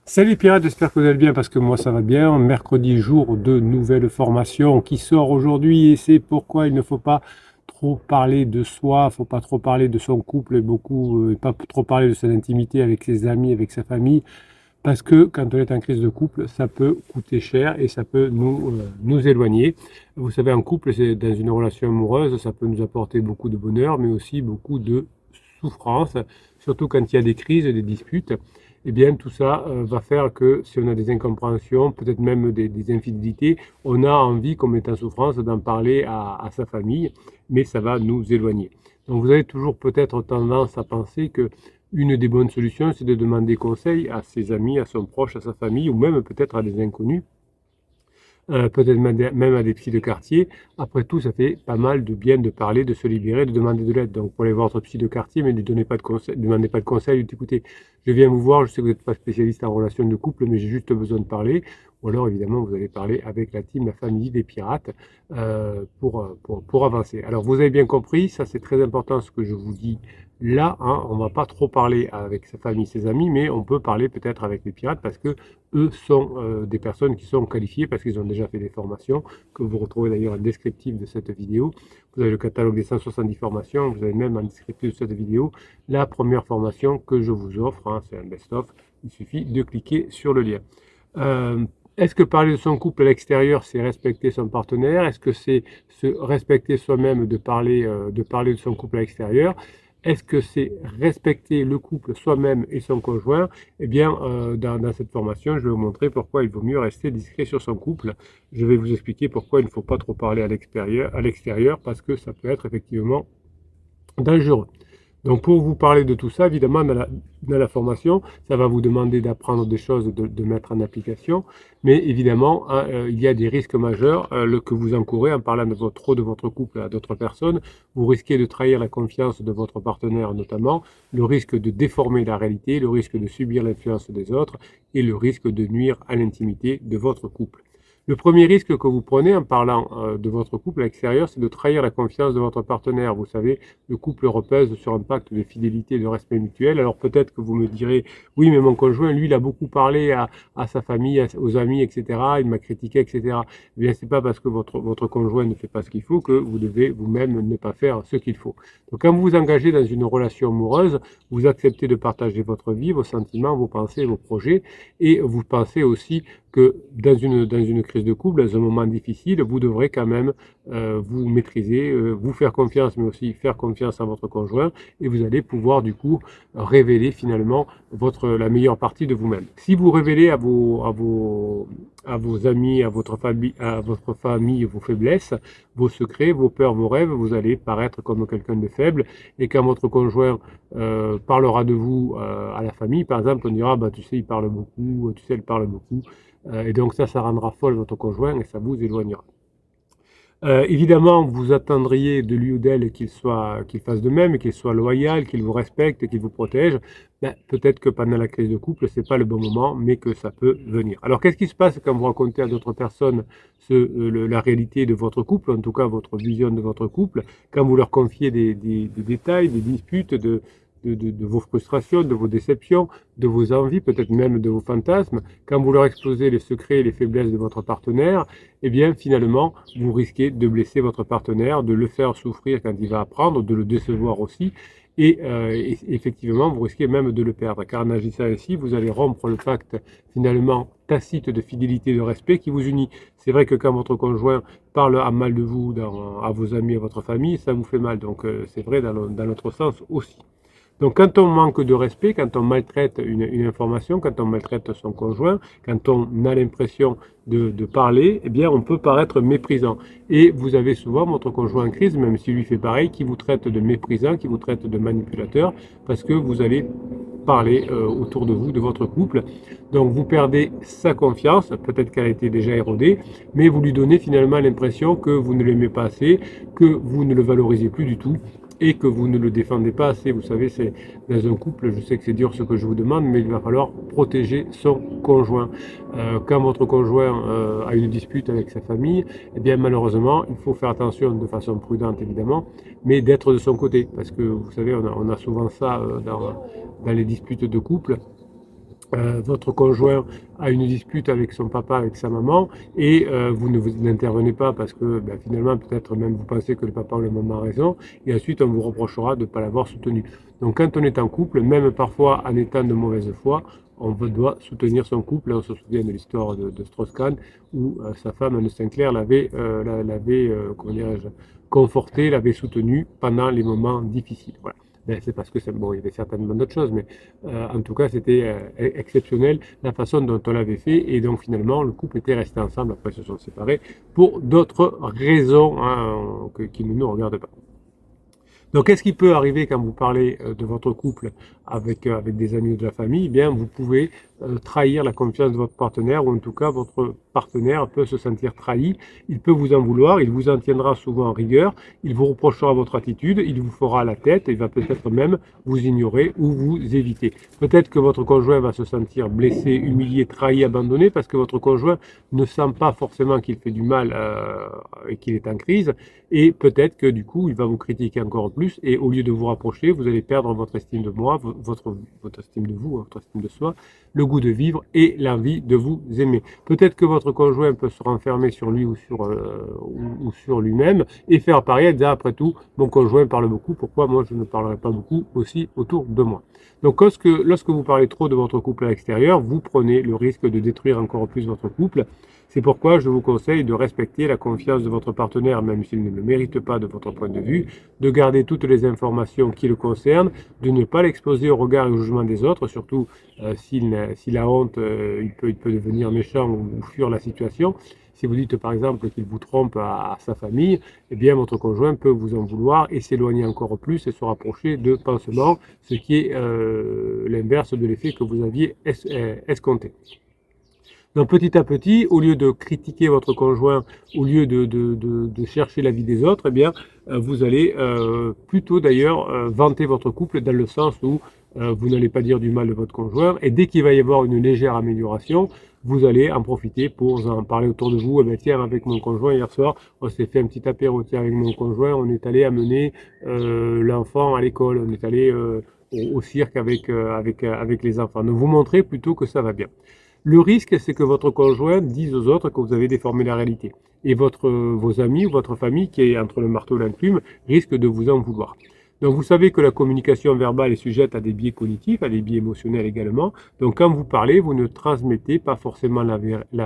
Salut les pirates, j'espère que vous allez bien parce que moi ça va bien. Mercredi, jour de nouvelle formation qui sort aujourd'hui et c'est pourquoi il ne faut pas trop parler de soi, il faut pas trop parler de son couple et pas trop parler de son intimité avec ses amis, avec sa famille parce que quand on est en crise de couple, ça peut coûter cher et ça peut nous éloigner. Vous savez, un couple, c'est dans une relation amoureuse, ça peut nous apporter beaucoup de bonheur mais aussi beaucoup de souffrance, surtout quand il y a des crises, des disputes. Eh bien, tout ça va faire que si on a des incompréhensions, peut-être même des infidélités, on a envie, comme est en souffrance, d'en parler à sa famille, mais ça va nous éloigner. Donc, vous avez toujours peut-être tendance à penser que une des bonnes solutions, c'est de demander conseil à ses amis, à son proche, à sa famille, ou même peut-être à des inconnus peut-être même à des psys de quartier. Après tout, ça fait pas mal de bien de parler, de se libérer, de demander de l'aide. Donc, pour aller voir votre psy de quartier, mais ne donnez pas de conseils, ne demandez pas de conseils, dites écoutez, je viens vous voir, je sais que vous n'êtes pas spécialiste en relations de couple, mais j'ai juste besoin de parler. Ou alors, évidemment, vous allez parler avec la team, la famille des pirates pour avancer. Alors, vous avez bien compris, ça c'est très important ce que je vous dis là. Hein, on ne va pas trop parler avec sa famille, ses amis, mais on peut parler peut-être avec les pirates parce que eux sont des personnes qui sont qualifiées parce qu'ils ont déjà fait des formations, que vous retrouvez d'ailleurs en descriptif de cette vidéo. Vous avez le catalogue des 170 formations, vous avez même en descriptif de cette vidéo la première formation que je vous offre, hein, c'est un best-of, il suffit de cliquer sur le lien. Euh, Est-ce que parler de son couple à l'extérieur, c'est respecter son partenaire? Est-ce que c'est se respecter soi-même de parler de son couple à l'extérieur? Est-ce que c'est respecter le couple soi-même et son conjoint? Eh bien, dans cette formation, je vais vous montrer pourquoi il vaut mieux rester discret sur son couple. Je vais vous expliquer pourquoi il ne faut pas trop parler à l'extérieur, parce que ça peut être effectivement dangereux. Donc pour vous parler de tout ça, évidemment, dans la formation, ça va vous demander d'apprendre des choses, de mettre en application, mais évidemment, hein, il y a des risques majeurs que vous encourez en parlant trop de votre couple à d'autres personnes. Vous risquez de trahir la confiance de votre partenaire notamment, le risque de déformer la réalité, le risque de subir l'influence des autres et le risque de nuire à l'intimité de votre couple. Le premier risque que vous prenez en parlant de votre couple à l'extérieur, c'est de trahir la confiance de votre partenaire. Vous savez, le couple repose sur un pacte de fidélité et de respect mutuel. Alors peut-être que vous me direz, oui, mais mon conjoint, lui, il a beaucoup parlé à sa famille, aux amis, etc. Il m'a critiqué, etc. Eh bien, c'est pas parce que votre conjoint ne fait pas ce qu'il faut que vous devez vous-même ne pas faire ce qu'il faut. Donc quand vous vous engagez dans une relation amoureuse, vous acceptez de partager votre vie, vos sentiments, vos pensées, vos projets, et vous pensez aussi que dans une crise de couple, dans un moment difficile, vous devrez quand même vous maîtriser, vous faire confiance, mais aussi faire confiance à votre conjoint, et vous allez pouvoir du coup révéler finalement la meilleure partie de vous-même. Si vous révélez à vos amis, à votre famille vos faiblesses, vos secrets, vos peurs, vos rêves, vous allez paraître comme quelqu'un de faible, et quand votre conjoint parlera de vous à la famille, par exemple, on dira, bah, tu sais, il parle beaucoup, tu sais, elle parle beaucoup. Et donc ça rendra folle votre conjoint et ça vous éloignera. Évidemment, vous attendriez de lui ou d'elle qu'il fasse de même, qu'il soit loyal, qu'il vous respecte, qu'il vous protège. Ben, peut-être que pendant la crise de couple, c'est pas le bon moment, mais que ça peut venir. Alors, qu'est-ce qui se passe quand vous racontez à d'autres personnes la réalité de votre couple, en tout cas votre vision de votre couple, quand vous leur confiez des détails, des disputes, de vos frustrations, de vos déceptions, de vos envies, peut-être même de vos fantasmes, quand vous leur exposez les secrets et les faiblesses de votre partenaire, eh bien finalement, vous risquez de blesser votre partenaire, de le faire souffrir quand il va apprendre, de le décevoir aussi, et effectivement, vous risquez même de le perdre, car en agissant ainsi, vous allez rompre le pacte finalement tacite de fidélité et de respect qui vous unit. C'est vrai que quand votre conjoint parle à mal de vous à vos amis, à votre famille, ça vous fait mal, donc c'est vrai dans l'autre sens aussi. Donc quand on manque de respect, quand on maltraite une information, quand on maltraite son conjoint, quand on a l'impression de parler, eh bien on peut paraître méprisant. Et vous avez souvent votre conjoint en crise, même s'il lui fait pareil, qui vous traite de méprisant, qui vous traite de manipulateur, parce que vous allez parler autour de vous, de votre couple. Donc vous perdez sa confiance, peut-être qu'elle a été déjà érodée, mais vous lui donnez finalement l'impression que vous ne l'aimez pas assez, que vous ne le valorisez plus du tout et que vous ne le défendez pas assez. Vous savez, c'est dans un couple, je sais que c'est dur ce que je vous demande, mais il va falloir protéger son conjoint. Quand votre conjoint a une dispute avec sa famille, eh bien malheureusement, il faut faire attention de façon prudente évidemment, mais d'être de son côté, parce que vous savez, on a souvent ça dans les disputes de couple. votre conjoint a une dispute avec son papa, avec sa maman, et vous n'intervenez pas parce que finalement peut-être même vous pensez que le papa ou la maman a raison, et ensuite on vous reprochera de ne pas l'avoir soutenu. Donc quand on est en couple, même parfois en étant de mauvaise foi, on doit soutenir son couple. On se souvient de l'histoire de Strauss-Kahn où sa femme Anne Sinclair comment dirais-je, conforté, l'avait soutenu pendant les moments difficiles. Voilà. C'est parce que bon, il y avait certainement d'autres choses, mais en tout cas, c'était exceptionnel la façon dont on l'avait fait. Et donc, finalement, le couple était resté ensemble. Après, ils se sont séparés pour d'autres raisons hein, qui ne nous regardent pas. Donc, qu'est-ce qui peut arriver quand vous parlez de votre couple avec des amis ou de la famille? Eh bien, vous pouvez trahir la confiance de votre partenaire, ou en tout cas, votre partenaire peut se sentir trahi. Il peut vous en vouloir, il vous en tiendra souvent en rigueur, il vous reprochera votre attitude, il vous fera la tête, il va peut-être même vous ignorer ou vous éviter. Peut-être que votre conjoint va se sentir blessé, humilié, trahi, abandonné, parce que votre conjoint ne sent pas forcément qu'il fait du mal et qu'il est en crise, et peut-être que du coup, il va vous critiquer encore plus, et au lieu de vous rapprocher, vous allez perdre votre estime de moi, votre estime de vous, votre estime de soi, le goût de vivre et l'envie de vous aimer. Peut-être que votre conjoint peut se renfermer sur lui ou sur lui-même et faire pareil, en disant après tout, mon conjoint parle beaucoup, pourquoi moi je ne parlerai pas beaucoup aussi autour de moi. Donc lorsque vous parlez trop de votre couple à l'extérieur, vous prenez le risque de détruire encore plus votre couple. C'est pourquoi je vous conseille de respecter la confiance de votre partenaire, même s'il ne le mérite pas de votre point de vue, de garder toutes les informations qui le concernent, de ne pas l'exposer au regard et au jugement des autres, surtout s'il a honte, il peut devenir méchant ou fuir la situation. Si vous dites par exemple qu'il vous trompe à sa famille, eh bien votre conjoint peut vous en vouloir et s'éloigner encore plus et se rapprocher de pansements, ce qui est l'inverse de l'effet que vous aviez escompté. Donc petit à petit, au lieu de critiquer votre conjoint, au lieu de chercher l'avis des autres, eh bien, vous allez plutôt d'ailleurs vanter votre couple dans le sens où vous n'allez pas dire du mal de votre conjoint. Et dès qu'il va y avoir une légère amélioration, vous allez en profiter pour en parler autour de vous. Eh bien, tiens, avec mon conjoint hier soir, on s'est fait un petit apéro. Tiens, avec mon conjoint, on est allé amener l'enfant à l'école. On est allé au cirque avec les enfants. Donc vous montrez plutôt que ça va bien. Le risque, c'est que votre conjoint dise aux autres que vous avez déformé la réalité. Et vos amis ou votre famille, qui est entre le marteau et l'enclume, risque de vous en vouloir. Donc vous savez que la communication verbale est sujette à des biais cognitifs, à des biais émotionnels également. Donc quand vous parlez, vous ne transmettez pas forcément la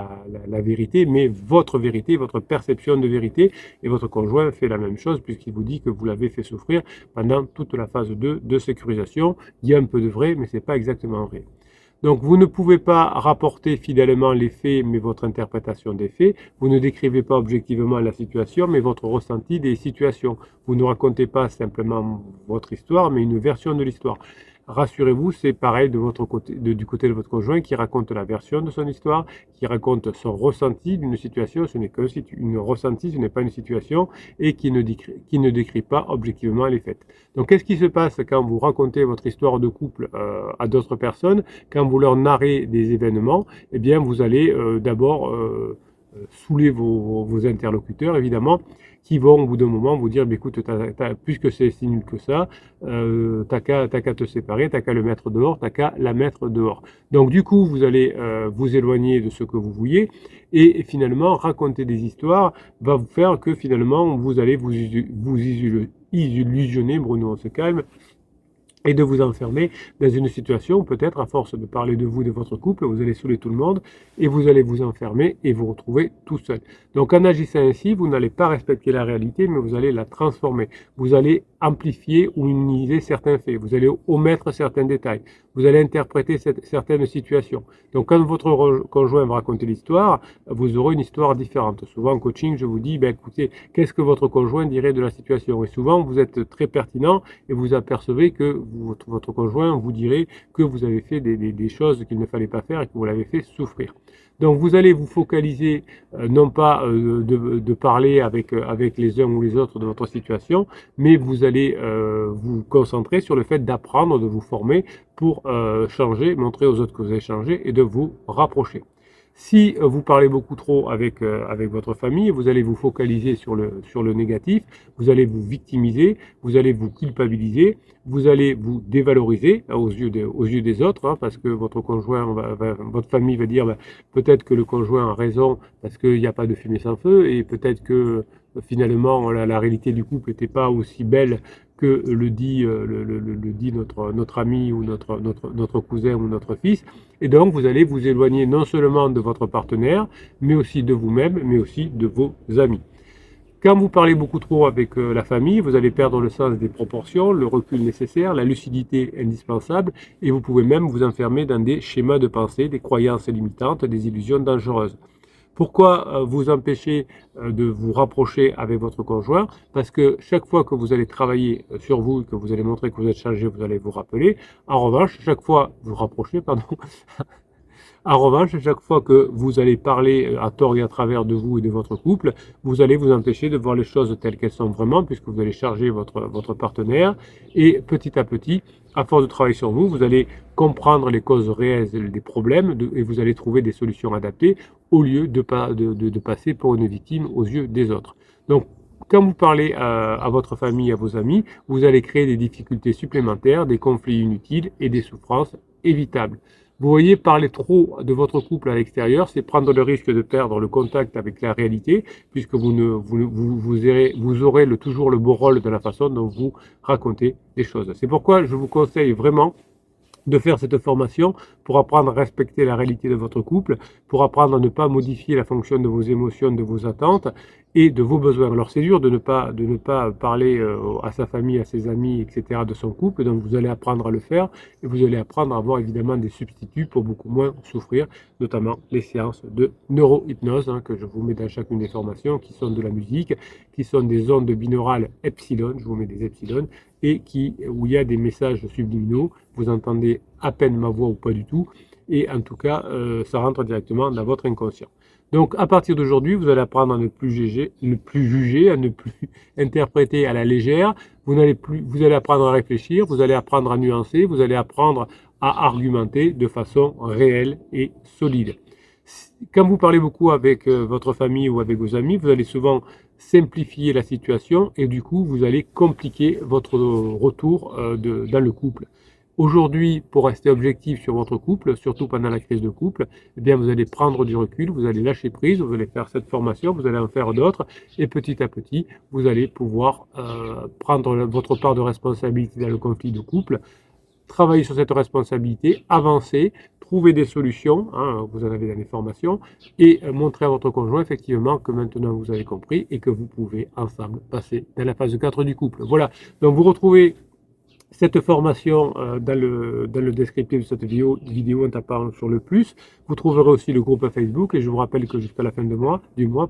vérité, mais votre perception de vérité. Et votre conjoint fait la même chose puisqu'il vous dit que vous l'avez fait souffrir pendant toute la phase 2 de sécurisation. Il y a un peu de vrai, mais ce n'est pas exactement vrai. Donc vous ne pouvez pas rapporter fidèlement les faits, mais votre interprétation des faits. Vous ne décrivez pas objectivement la situation, mais votre ressenti des situations. Vous ne racontez pas simplement votre histoire, mais une version de l'histoire. Rassurez-vous, c'est pareil de votre côté, du côté de votre conjoint qui raconte la version de son histoire, qui raconte son ressenti d'une situation. Ce n'est qu'une ressenti, ce n'est pas une situation, et qui ne décrit pas objectivement les faits. Donc, qu'est-ce qui se passe quand vous racontez votre histoire de couple à d'autres personnes, quand vous leur narrez des événements? Eh bien, vous allez d'abord saouler vos interlocuteurs, évidemment, qui vont au bout d'un moment vous dire, écoute, puisque c'est si nul que ça, t'as qu'à te séparer, t'as qu'à le mettre dehors, t'as qu'à la mettre dehors. Donc du coup, vous allez vous éloigner de ce que vous vouliez, et finalement, raconter des histoires va vous faire que finalement, vous allez vous illusionner, Bruno, on se calme, et de vous enfermer dans une situation, peut-être à force de parler de vous, de votre couple, vous allez saouler tout le monde et vous allez vous enfermer et vous retrouver tout seul. Donc en agissant ainsi, vous n'allez pas respecter la réalité, mais vous allez la transformer. Vous allez amplifier ou minimiser certains faits. Vous allez omettre certains détails. Vous allez interpréter certaines situations. Donc quand votre conjoint va raconter l'histoire, vous aurez une histoire différente. Souvent en coaching, je vous dis, écoutez, qu'est-ce que votre conjoint dirait de la situation? Et souvent, vous êtes très pertinent et vous apercevez que votre conjoint vous dirait que vous avez fait des choses qu'il ne fallait pas faire et que vous l'avez fait souffrir. Donc vous allez vous focaliser non pas de parler avec les uns ou les autres de votre situation, mais vous allez vous concentrer sur le fait d'apprendre, de vous former pour changer, montrer aux autres que vous avez changé et de vous rapprocher. Si vous parlez beaucoup trop avec votre famille, vous allez vous focaliser sur le négatif, vous allez vous victimiser, vous allez vous culpabiliser, vous allez vous dévaloriser aux yeux des autres, hein, parce que votre conjoint, votre famille va dire, peut-être que le conjoint a raison parce qu'il n'y a pas de fumée sans feu, et peut-être que finalement la réalité du couple n'était pas aussi belle que le dit notre ami ou notre cousin ou notre fils. Et donc, vous allez vous éloigner non seulement de votre partenaire, mais aussi de vous-même, mais aussi de vos amis. Quand vous parlez beaucoup trop avec la famille, vous allez perdre le sens des proportions, le recul nécessaire, la lucidité indispensable, et vous pouvez même vous enfermer dans des schémas de pensée, des croyances limitantes, des illusions dangereuses. Pourquoi vous empêcher de vous rapprocher avec votre conjoint? Parce que chaque fois que vous allez travailler sur vous, que vous allez montrer que vous êtes changé, vous allez vous rappeler. En revanche, chaque fois vous rapprochez, pardon, en revanche, chaque fois que vous allez parler à tort et à travers de vous et de votre couple, vous allez vous empêcher de voir les choses telles qu'elles sont vraiment, puisque vous allez charger votre partenaire. Et petit à petit, à force de travailler sur vous, vous allez comprendre les causes réelles des problèmes et vous allez trouver des solutions adaptées au lieu de passer pour une victime aux yeux des autres. Donc, quand vous parlez à votre famille, à vos amis, vous allez créer des difficultés supplémentaires, des conflits inutiles et des souffrances évitables. Vous voyez, parler trop de votre couple à l'extérieur, c'est prendre le risque de perdre le contact avec la réalité, puisque vous aurez toujours le beau rôle de la façon dont vous racontez les choses. C'est pourquoi je vous conseille vraiment de faire cette formation pour apprendre à respecter la réalité de votre couple, pour apprendre à ne pas modifier la fonction de vos émotions, de vos attentes et de vos besoins. Alors c'est dur de ne pas parler à sa famille, à ses amis, etc. de son couple, donc vous allez apprendre à le faire et vous allez apprendre à avoir évidemment des substituts pour beaucoup moins souffrir, notamment les séances de neurohypnose que je vous mets dans chacune des formations, qui sont de la musique, qui sont des ondes binaurales epsilon, je vous mets des epsilon, et où il y a des messages subliminaux, vous entendez à peine ma voix ou pas du tout, et en tout cas, ça rentre directement dans votre inconscient. Donc, à partir d'aujourd'hui, vous allez apprendre à ne plus juger, à ne plus interpréter à la légère. Vous allez apprendre à réfléchir, vous allez apprendre à nuancer, vous allez apprendre à argumenter de façon réelle et solide. Quand vous parlez beaucoup avec votre famille ou avec vos amis, vous allez souvent simplifier la situation et du coup, vous allez compliquer votre retour dans le couple. Aujourd'hui, pour rester objectif sur votre couple, surtout pendant la crise de couple, eh bien, vous allez prendre du recul, vous allez lâcher prise, vous allez faire cette formation, vous allez en faire d'autres, et petit à petit, vous allez pouvoir prendre votre part de responsabilité dans le conflit de couple, travailler sur cette responsabilité, avancer, trouver des solutions, vous en avez dans les formations, et montrer à votre conjoint effectivement que maintenant vous avez compris et que vous pouvez ensemble passer dans la phase 4 du couple. Voilà, donc vous retrouvez cette formation dans le descriptif de cette vidéo en tapant sur le plus. Vous trouverez aussi le groupe Facebook et je vous rappelle que jusqu'à la fin du mois,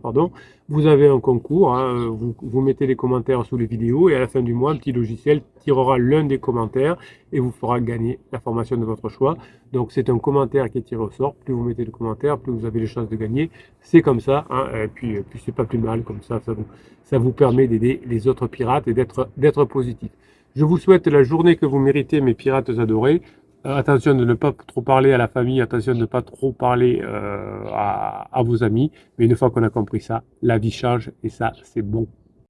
vous avez un concours. Vous mettez les commentaires sous les vidéos et à la fin du mois, un petit logiciel tirera l'un des commentaires et vous fera gagner la formation de votre choix. Donc c'est un commentaire qui est tiré au sort. Plus vous mettez de commentaires, plus vous avez les chances de gagner. C'est comme ça. Et puis c'est pas plus mal comme ça. Ça vous permet d'aider les autres pirates et d'être positif. Je vous souhaite la journée que vous méritez, mes pirates adorés. Attention de ne pas trop parler à la famille, attention de ne pas trop parler à vos amis. Mais une fois qu'on a compris ça, la vie change et ça, c'est bon.